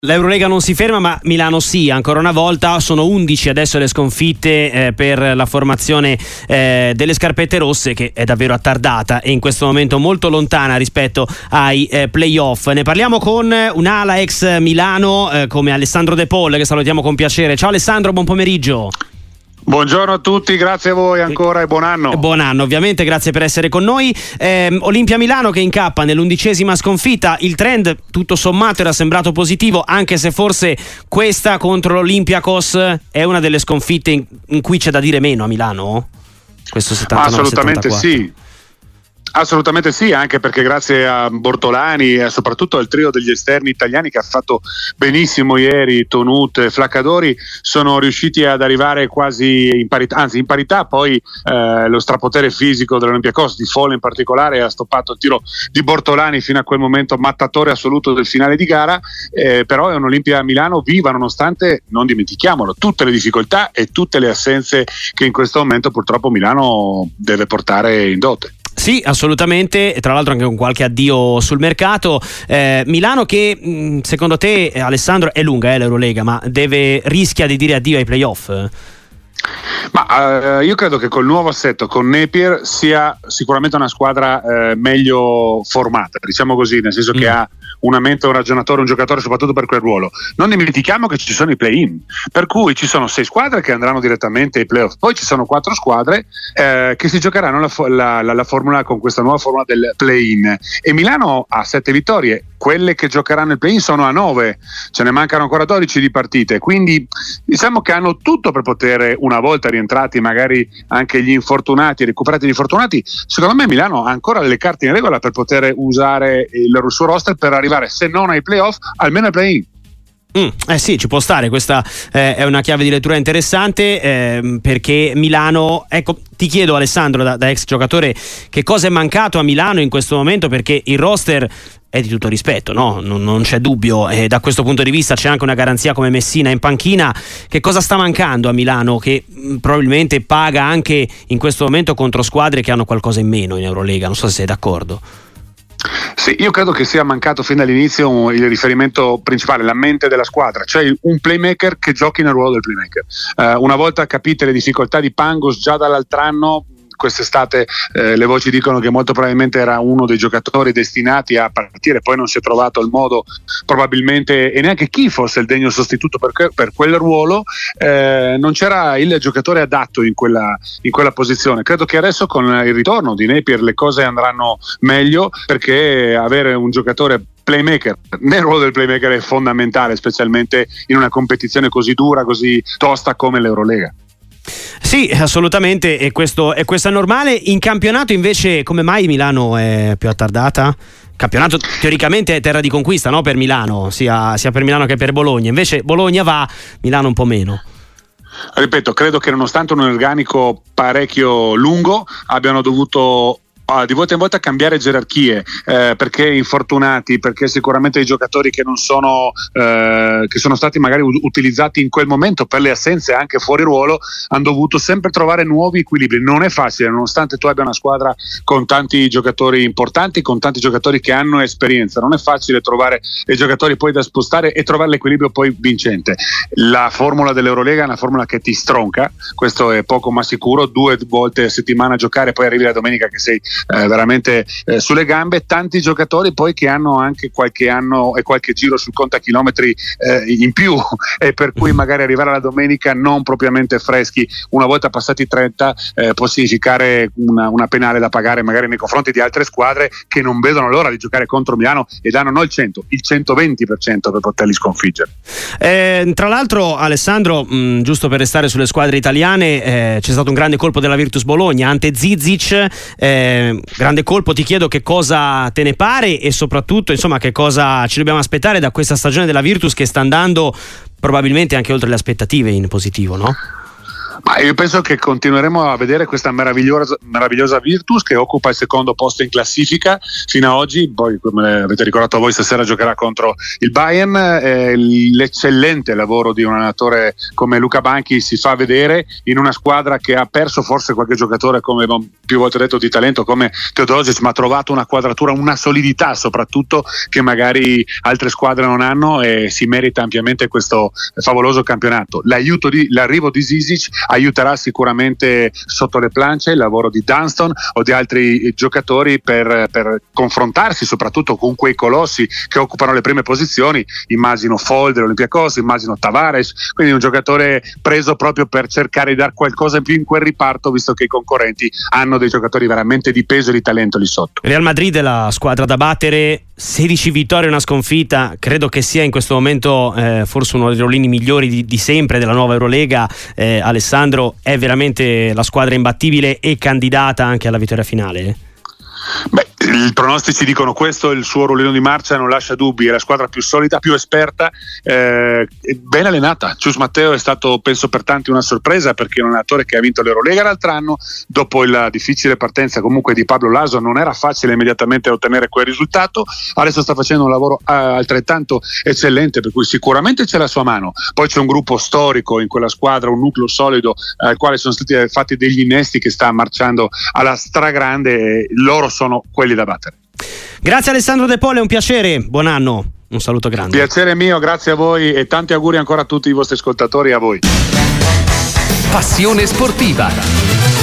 L'Eurolega non si ferma, ma Milano sì, ancora una volta. Sono 11 adesso le sconfitte per la formazione delle scarpette rosse, che è davvero attardata e in questo momento molto lontana rispetto ai playoff. Ne parliamo con un'ala ex Milano come Alessandro De Paul, che salutiamo con piacere. Ciao Alessandro, buon pomeriggio. Buongiorno a tutti, grazie a voi ancora e buon anno. Buon anno, ovviamente, grazie per essere con noi. Olimpia Milano che incappa nell'11ª sconfitta. Il trend tutto sommato era sembrato positivo, anche se forse questa contro l'Olympiakos è una delle sconfitte in cui c'è da dire meno a Milano. Questo 79-74. Assolutamente sì. Assolutamente sì, anche perché grazie a Bortolani e soprattutto al trio degli esterni italiani che ha fatto benissimo ieri, Tonut e Flaccadori, sono riusciti ad arrivare quasi in parità, anzi in parità. Poi lo strapotere fisico dell'Olympiakos, di Folle in particolare, ha stoppato il tiro di Bortolani fino a quel momento mattatore assoluto del finale di gara, però è un'Olimpia Milano viva nonostante, non dimentichiamolo, tutte le difficoltà e tutte le assenze che in questo momento purtroppo Milano deve portare in dote. Sì, assolutamente, e tra l'altro anche con qualche addio sul mercato. Milano che secondo te, Alessandro, è lunga l'Eurolega, ma rischia di dire addio ai playoff? Ma io credo che col nuovo assetto, con Napier, sia sicuramente una squadra meglio formata, diciamo così, nel senso che ha una mente, un ragionatore, un giocatore soprattutto per quel ruolo. Non dimentichiamo che ci sono i play-in, per cui ci sono 6 squadre che andranno direttamente ai playoff, poi ci sono 4 squadre che si giocheranno la formula con questa nuova formula del play-in, e Milano ha 7 vittorie, quelle che giocheranno il play-in sono a 9, ce ne mancano ancora 12 di partite, quindi diciamo che hanno tutto per poter, una volta rientrati magari anche gli infortunati, recuperati gli infortunati, secondo me Milano ha ancora le carte in regola per poter usare il suo roster per arrivare, se non ai playoff, almeno ai play-in. Sì, ci può stare, questa è una chiave di lettura interessante, perché Milano, ecco, ti chiedo Alessandro da ex giocatore, che cosa è mancato a Milano in questo momento, perché il roster è di tutto rispetto, no? Non c'è dubbio, e da questo punto di vista c'è anche una garanzia come Messina in panchina. Che cosa sta mancando a Milano che probabilmente paga anche in questo momento contro squadre che hanno qualcosa in meno in Eurolega? Non so se sei d'accordo. Sì, io credo che sia mancato fin dall'inizio il riferimento principale, la mente della squadra, cioè un playmaker che giochi nel ruolo del playmaker. Una volta capite le difficoltà di Pangos già dall'altro anno, quest'estate le voci dicono che molto probabilmente era uno dei giocatori destinati a partire, poi non si è trovato il modo probabilmente, e neanche chi fosse il degno sostituto per quel ruolo, non c'era il giocatore adatto in quella posizione. Credo che adesso con il ritorno di Napier le cose andranno meglio, perché avere un giocatore playmaker nel ruolo del playmaker è fondamentale, specialmente in una competizione così dura, così tosta come l'Eurolega. Sì, assolutamente, e questo è normale. In campionato invece come mai Milano è più attardata? Campionato teoricamente è terra di conquista, no? Per Milano, sia per Milano che per Bologna. Invece Bologna va, Milano un po' meno. Ripeto, credo che nonostante un organico parecchio lungo abbiano dovuto di volta in volta cambiare gerarchie, perché infortunati, perché sicuramente i giocatori che non sono che sono stati magari utilizzati in quel momento per le assenze anche fuori ruolo, hanno dovuto sempre trovare nuovi equilibri. Non è facile, nonostante tu abbia una squadra con tanti giocatori importanti, con tanti giocatori che hanno esperienza, non è facile trovare i giocatori poi da spostare e trovare l'equilibrio poi vincente. La formula dell'Eurolega è una formula che ti stronca, questo è poco ma sicuro. 2 volte a settimana a giocare, poi arrivi la domenica che sei veramente sulle gambe. Tanti giocatori poi che hanno anche qualche anno e qualche giro sul contachilometri in più, e per cui magari arrivare alla domenica non propriamente freschi, una volta passati 30 può significare una penale da pagare magari nei confronti di altre squadre che non vedono l'ora di giocare contro Milano e danno non il 100, il 120% per poterli sconfiggere. Tra l'altro Alessandro, giusto per restare sulle squadre italiane, c'è stato un grande colpo della Virtus Bologna, Ante Zizic, grande colpo. Ti chiedo che cosa te ne pare e soprattutto insomma che cosa ci dobbiamo aspettare da questa stagione della Virtus, che sta andando probabilmente anche oltre le aspettative in positivo, no? Ma io penso che continueremo a vedere questa meravigliosa Virtus che occupa il secondo posto in classifica fino a oggi. Poi, come avete ricordato voi, stasera giocherà contro il Bayern. L'eccellente lavoro di un allenatore come Luca Banchi si fa vedere in una squadra che ha perso forse qualche giocatore, come più volte detto, di talento come Teodosic, ma ha trovato una quadratura, una solidità soprattutto che magari altre squadre non hanno, e si merita ampiamente questo favoloso campionato. L'arrivo di Zizic aiuterà sicuramente sotto le planche il lavoro di Dunston o di altri giocatori per confrontarsi soprattutto con quei colossi che occupano le prime posizioni. Immagino Fold dell'Olympiacos, immagino Tavares, quindi un giocatore preso proprio per cercare di dare qualcosa in più in quel riparto, visto che i concorrenti hanno dei giocatori veramente di peso e di talento lì sotto. Real Madrid è la squadra da battere, 16 vittorie e una sconfitta, credo che sia in questo momento forse uno dei ruolini migliori di sempre della nuova Eurolega. Alessandro, è veramente la squadra imbattibile e candidata anche alla vittoria finale? Beh, i pronostici dicono questo, il suo ruolino di marcia non lascia dubbi, è la squadra più solida, più esperta, ben allenata. Chus Matteo è stato, penso, per tanti una sorpresa, perché è un allenatore che ha vinto l'Eurolega l'altro anno. Dopo la difficile partenza comunque di Pablo Laso non era facile immediatamente ottenere quel risultato. Adesso sta facendo un lavoro altrettanto eccellente, per cui sicuramente c'è la sua mano. Poi c'è un gruppo storico in quella squadra, un nucleo solido al quale sono stati fatti degli innesti che sta marciando alla stragrande, e loro sono quelli da battere. Grazie Alessandro De Poli, è un piacere, buon anno, un saluto grande. Piacere mio, grazie a voi e tanti auguri ancora a tutti i vostri ascoltatori e a voi. Passione sportiva.